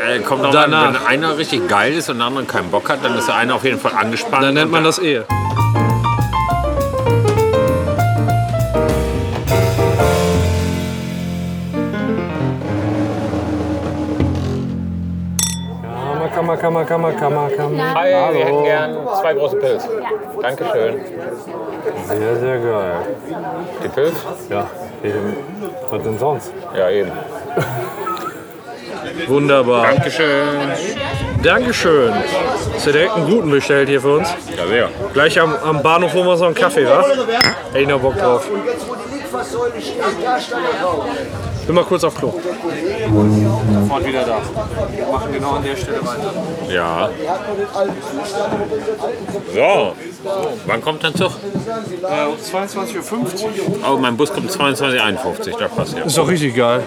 Kommt auch an, wenn einer richtig geil ist und der andere keinen Bock hat, dann ist der eine auf jeden Fall angespannt. Dann nennt man das Ehe. Hi, wir hätten gern 2 große Pilz. Dankeschön. Sehr, sehr geil. Die Pilz? Ja, was denn sonst? Ja, eben. Wunderbar. Dankeschön. Dankeschön. Hast du direkt einen guten bestellt hier für uns? Ja, sehr. Gleich am Bahnhof holen wir so einen Kaffee, wa? Hätte ich noch Bock drauf. Bin mal kurz auf Klo. Sofort wieder da. Wir machen genau an der Stelle weiter. Ja. So. Wann kommt dein Zug? Um 22:50 Uhr. Oh, mein Bus kommt 22:51 Uhr. Das passt ja. Ist doch richtig geil.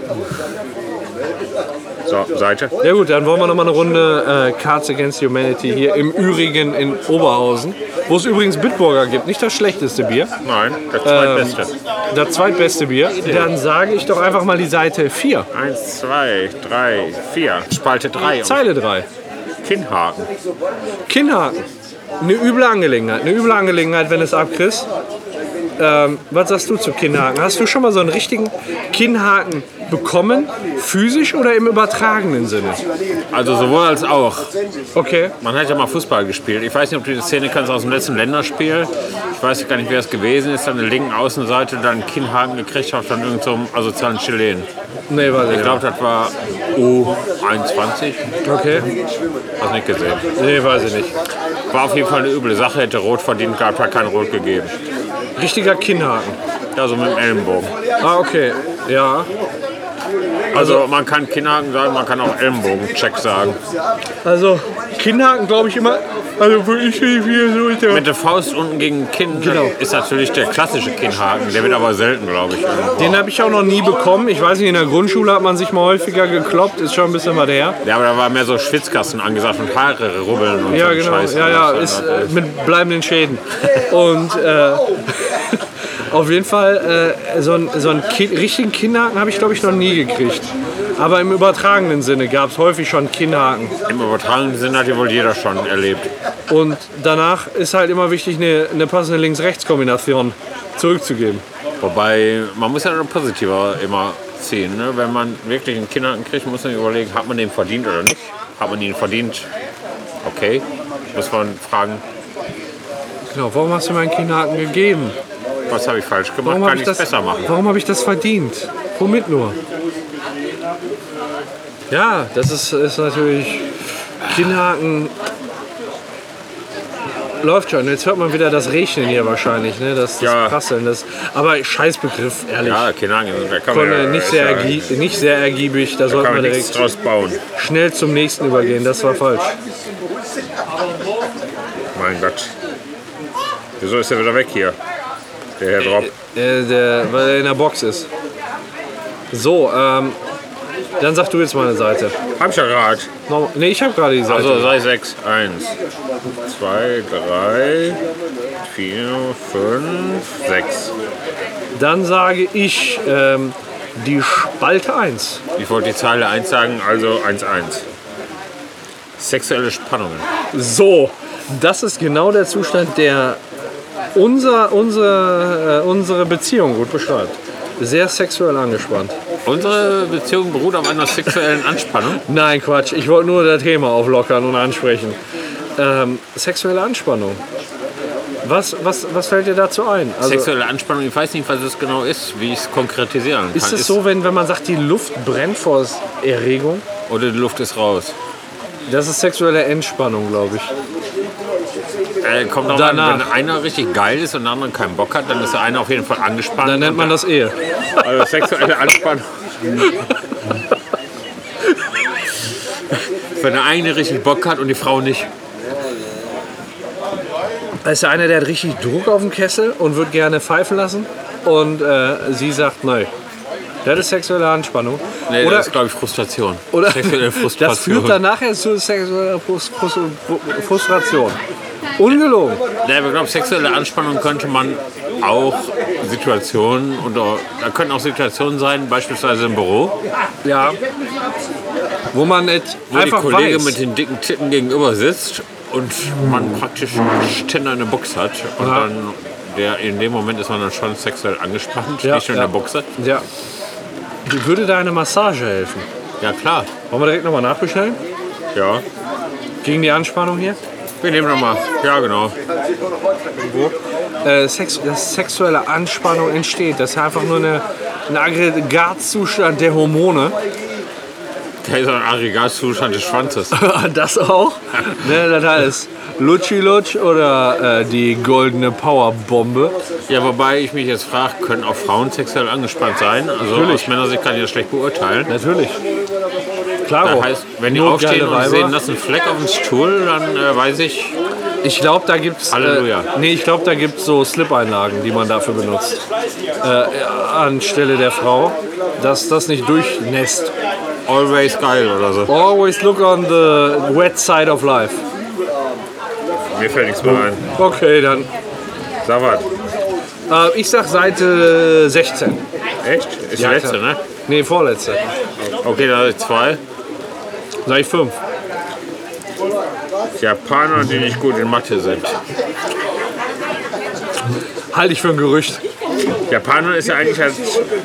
So, Seite. Ja gut, dann wollen wir noch mal eine Runde Cards Against Humanity hier im Ürigen in Oberhausen, wo es übrigens Bitburger gibt. Nicht das schlechteste Bier. Nein, das zweitbeste. Das zweitbeste Bier. Dann sage ich doch einfach mal die Seite 4. 1, 2, 3, 4. Spalte 3. Zeile 3. Kinnhaken. Kinnhaken. Eine üble Angelegenheit. Eine üble Angelegenheit, wenn es abkriegst. Was sagst du zu Kinnhaken? Hast du schon mal so einen richtigen Kinnhaken bekommen? Physisch oder im übertragenen Sinne? Also sowohl als auch. Okay. Man hat ja mal Fußball gespielt. Ich weiß nicht, ob du die Szene kannst aus dem letzten Länderspiel. Ich weiß gar nicht, wer es gewesen ist. An der linken Außenseite dann einen Kinnhaken gekriegt hat von irgendeinem so asozialen Chilen. Nee, weiß ich Ich nicht. glaube, das war U21. Okay. Hast nicht gesehen. Nee, weiß ich nicht. War auf jeden Fall eine üble Sache. Hätte Rot verdient gehabt, hat kein Rot gegeben. Richtiger Kinnhaken. Ja, so mit dem Ellenbogen. Ah, okay. Ja. Also man kann Kinnhaken sagen, man kann auch Ellenbogen-Check sagen. Also Kinnhaken glaube ich immer. Also wirklich wie so ist der. Mit der Faust unten gegen den Kinn Genau. ist natürlich der klassische Kinnhaken. Der wird aber selten, glaube ich. Den habe ich auch noch nie bekommen. Ich weiß nicht, in der Grundschule hat man sich mal häufiger gekloppt. Ist schon ein bisschen was her. Ja, aber da war mehr so Schwitzkasten angesagt und Haare rubbeln und Ja, so genau. Scheiß. Ja, ist mit bleibenden Schäden. Und auf jeden Fall so einen richtigen Kinnhaken habe ich, glaube ich, noch nie gekriegt. Aber im übertragenen Sinne gab es häufig schon Kinnhaken. Im übertragenen Sinne hat ja wohl jeder schon erlebt. Und danach ist halt immer wichtig, eine passende Links-Rechts-Kombination zurückzugeben. Wobei, man muss ja noch positiver immer ziehen. Ne? Wenn man wirklich einen Kinnhaken kriegt, muss man überlegen, hat man den verdient oder nicht. Hat man ihn verdient? Okay. Muss man fragen, Genau, warum hast du mir einen Kinnhaken gegeben? was habe ich falsch gemacht? Kann ich es besser machen? Warum habe ich das verdient? Womit nur? Ja, das ist natürlich Kinnhaken. Läuft schon. Jetzt hört man wieder das Regnen hier wahrscheinlich, ne? Das Ja. Prasseln. Aber Scheißbegriff, ehrlich. Ja, Kinnhaken, da kann man Konnte nicht sehr ergiebig. Da sollten kann wir man nichts direkt draus bauen. schnell zum nächsten übergehen. Das war falsch. Mein Gott. Wieso ist er wieder weg hier? Der Herr Drop. Weil er in der Box ist. So, dann sag du jetzt mal eine Seite. Hab ich ja gerade. Ne, ich habe gerade die Seite. Also sei 6. 1, 2, 3, 4, 5, 6. Dann sage ich die Spalte 1. Ich wollte die Zeile 1 sagen, also 1, 1. Sexuelle Spannungen. So, das ist genau der Zustand, der unsere Beziehung gut beschreibt. Sehr sexuell angespannt. Unsere Beziehung beruht auf einer sexuellen Anspannung. Nein, Quatsch. Ich wollte nur das Thema auflockern und ansprechen. Sexuelle Anspannung. Was fällt dir dazu ein? Also, Sexuelle Anspannung, ich weiß nicht, was es genau ist, wie ich es konkretisieren kann. ist es so, wenn man sagt, die Luft brennt vor Erregung? Oder die Luft ist raus. Das ist sexuelle Entspannung, glaube ich. Kommt auch Danach. an, wenn einer richtig geil ist und der andere keinen Bock hat, dann ist der eine auf jeden Fall angespannt. Dann nennt man das Ehe. Also sexuelle Anspannung. Wenn der eine richtig Bock hat und die Frau nicht. Da ist der eine, der hat richtig Druck auf dem Kessel und wird gerne pfeifen lassen. Und sie sagt, nein. Das ist sexuelle Anspannung. Nee, Oder- das ist, glaube ich, Frustration. Oder Sexuelle Frustration. das führt dann nachher zu sexueller Frustration. Ungelogen. Ja, aber ich glaube, sexuelle Anspannung könnte man auch Situationen, da können auch Situationen sein, beispielsweise im Büro, Ja. Wo man nicht Wo die einfach Kollege weiß. mit den dicken Titten gegenüber sitzt und man praktisch einen Ständer in der Box hat. Und Ja. dann, in dem Moment ist man dann schon sexuell angespannt, Ja, nicht nur in ja. der Boxe. Ja. Würde da eine Massage helfen? Ja, klar. Wollen wir direkt nochmal nachbestellen? Ja. Gegen die Anspannung hier? Wir nehmen nochmal. Ja, genau. Dass sexuelle Anspannung entsteht. Das ist einfach nur ein Aggregatzustand der Hormone. Der ist ein Aggregatzustand des Schwanzes. Das auch. Ne, das ist Lutschi-Lutsch oder die goldene Powerbombe. Ja, wobei ich mich jetzt frage, können auch Frauen sexuell angespannt sein? Also Natürlich. aus Männersicht kann ich das schlecht beurteilen. Natürlich. Klaro. Das heißt, wenn die Nur aufstehen geile und Weiber. sehen, das ist ein Fleck auf dem Stuhl, dann weiß ich, Ich glaube, da gibt's Halleluja. ich glaube, da gibt's so Slip-Einlagen, die man dafür benutzt. Anstelle der Frau, dass das nicht durchnässt. always geil oder so. Always look on the wet side of life. Mir fällt nichts mehr ein. Okay, dann. Sag was. Ich sag Seite 16. Echt? Ist die Ja, letzte, klar. ne? Nee, vorletzte. Okay, da habe ich 2. Sag ich 5. Japaner, die nicht gut in Mathe sind. Halte ich für ein Gerücht. Japaner ist ja eigentlich als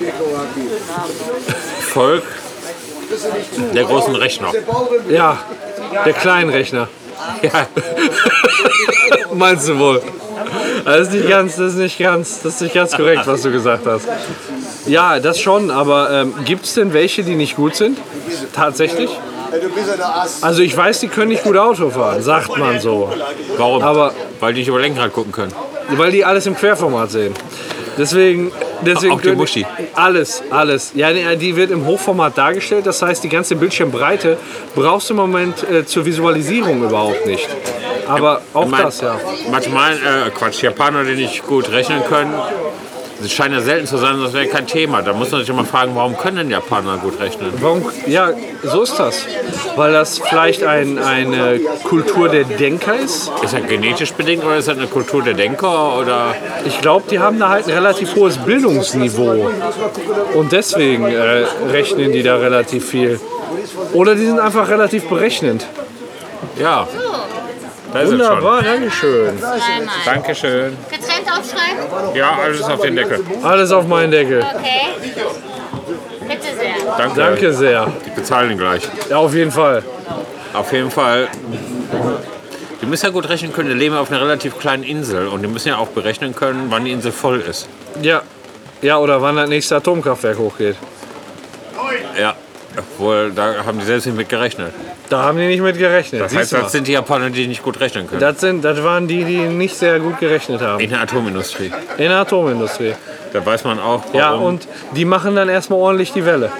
Volk der großen Rechner. Ja, der Kleinrechner. Ja, Meinst du wohl? Das ist nicht ganz korrekt, was du gesagt hast. Ja, das schon, aber gibt es denn welche, die nicht gut sind? Tatsächlich? Also ich weiß, die können nicht gut Auto fahren, sagt man so. warum? Aber Weil die nicht über Lenkrad gucken können. weil die alles im Querformat sehen. Deswegen Auch die können- Muschi. Alles. Ja, nee, die wird im Hochformat dargestellt. Das heißt, die ganze Bildschirmbreite brauchst du im Moment zur Visualisierung überhaupt nicht. Aber auch das, ja. Japaner, die nicht gut rechnen können, das scheint ja selten zu sein, das wäre kein Thema. Da muss man sich immer fragen, warum können denn Japaner gut rechnen? Warum? Ja, so ist das. Weil das vielleicht eine Kultur der Denker ist. Ist das genetisch bedingt oder ist das eine Kultur der Denker? Oder? Ich glaube, die haben da halt ein relativ hohes Bildungsniveau. Und deswegen rechnen die da relativ viel. Oder die sind einfach relativ berechnend. Ja, da ist es schon. Wunderbar, Dankeschön. Zweimal. Dankeschön. Getrennt aufschreiben? Ja, alles auf den Deckel. Alles auf meinen Deckel. Okay. Bitte sehr. Danke. Danke sehr. Die bezahlen ihn gleich. Ja, auf jeden Fall. Auf jeden Fall. Die müssen ja gut rechnen können. Die leben auf einer relativ kleinen Insel und die müssen ja auch berechnen können, wann die Insel voll ist. Ja. Ja, oder wann das nächste Atomkraftwerk hochgeht. Ja. Obwohl, da haben die selbst nicht mit gerechnet. Da haben die nicht mit gerechnet. Das heißt, Siehst du das sind die Japaner, die nicht gut rechnen können. das waren die nicht sehr gut gerechnet haben. In der Atomindustrie. In der Atomindustrie. Da weiß man auch, warum. Ja, und die machen dann erstmal ordentlich die Welle.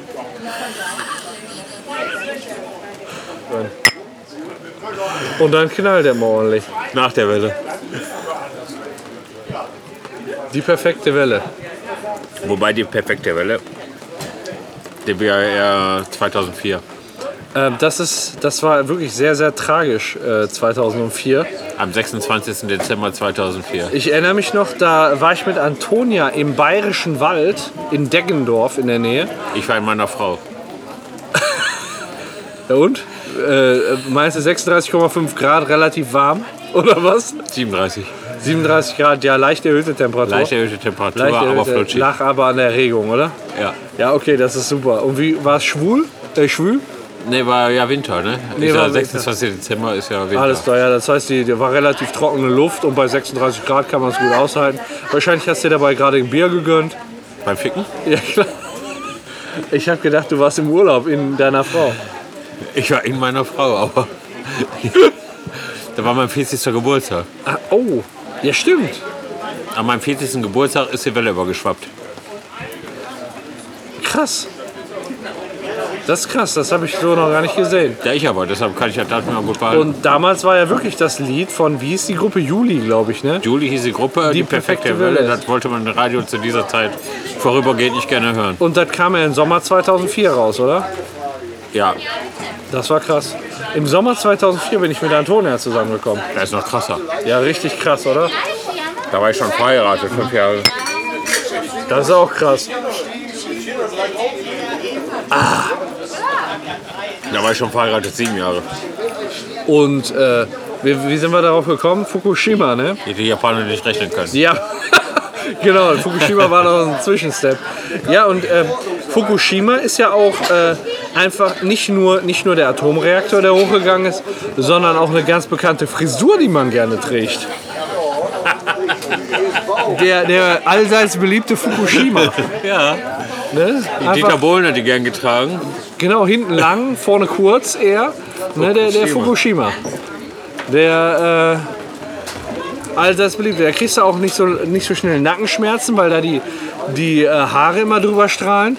Und dann knallt er mal ordentlich. nach der Welle. Die perfekte Welle. Wobei die perfekte Welle, die wäre eher 2004. Das war wirklich sehr, sehr tragisch 2004. Am 26. Dezember 2004. Ich erinnere mich noch, da war ich mit Antonia im Bayerischen Wald in Deggendorf in der Nähe. Ich war in meiner Frau. Ja, und? Meinst du 36,5 Grad relativ warm? Oder was? 37. 37 Grad, ja, leicht erhöhte Temperatur. Leicht erhöhte Temperatur, Leicht aber erhöhte, flutschig. lag aber an der Erregung, oder? Ja. Ja, okay, das ist super. Und wie war es schwul? Schwül? Nee, war ja Winter, ne? Nee, Ist war ja Winter. 26. Dezember ist ja Winter. Alles klar, ja, das heißt, die war relativ trockene Luft und bei 36 Grad kann man es gut aushalten. Wahrscheinlich hast du dir dabei gerade ein Bier gegönnt. Beim Ficken? Ja, klar. Ich habe gedacht, du warst im Urlaub in deiner Frau. Ich war in meiner Frau, aber da war mein 40. Geburtstag. Ah, oh, ja stimmt. An meinem 40. Geburtstag ist die Welle übergeschwappt. Krass. Das ist krass, das habe ich so noch gar nicht gesehen. Ja, ich aber, deshalb kann ich ja das mal gut behalten. Und damals war ja wirklich das Lied von, wie hieß die Gruppe? Juli, glaube ich, ne? Julie hieß die Gruppe, die perfekte Welle. Das wollte man im Radio zu dieser Zeit vorübergehend nicht gerne hören. Und das kam ja im Sommer 2004 raus, oder? Ja, Das war krass. Im Sommer 2004 bin ich mit Antonia zusammengekommen. das ist noch krasser. Ja, richtig krass, oder? Da war ich schon verheiratet, 5 Jahre. Das ist auch krass. Da war ich schon verheiratet, 7 Jahre. Und wie sind wir darauf gekommen? Fukushima, ne? Die Japaner nicht rechnen können. Ja, genau. Fukushima war noch ein Zwischenstep. Ja, und Fukushima ist ja auch einfach nicht nur der Atomreaktor, der hochgegangen ist, sondern auch eine ganz bekannte Frisur, die man gerne trägt. Der allseits beliebte Fukushima. Ja. Ne? Dieter Bohlen hat die gern getragen. Genau, hinten lang, vorne kurz eher. Ne, der Fukushima. Der allseits beliebte. Da kriegst du auch nicht so schnell Nackenschmerzen, weil da die Haare immer drüber strahlen.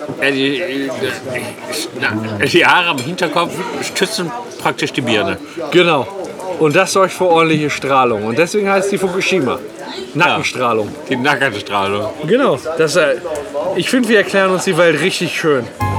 Die Haare am Hinterkopf stützen praktisch die Birne. Genau. Und das sorgt für ordentliche Strahlung. Und deswegen heißt die Fukushima. Nackenstrahlung. Die Nackenstrahlung. Genau. Ich finde, wir erklären uns die Welt richtig schön.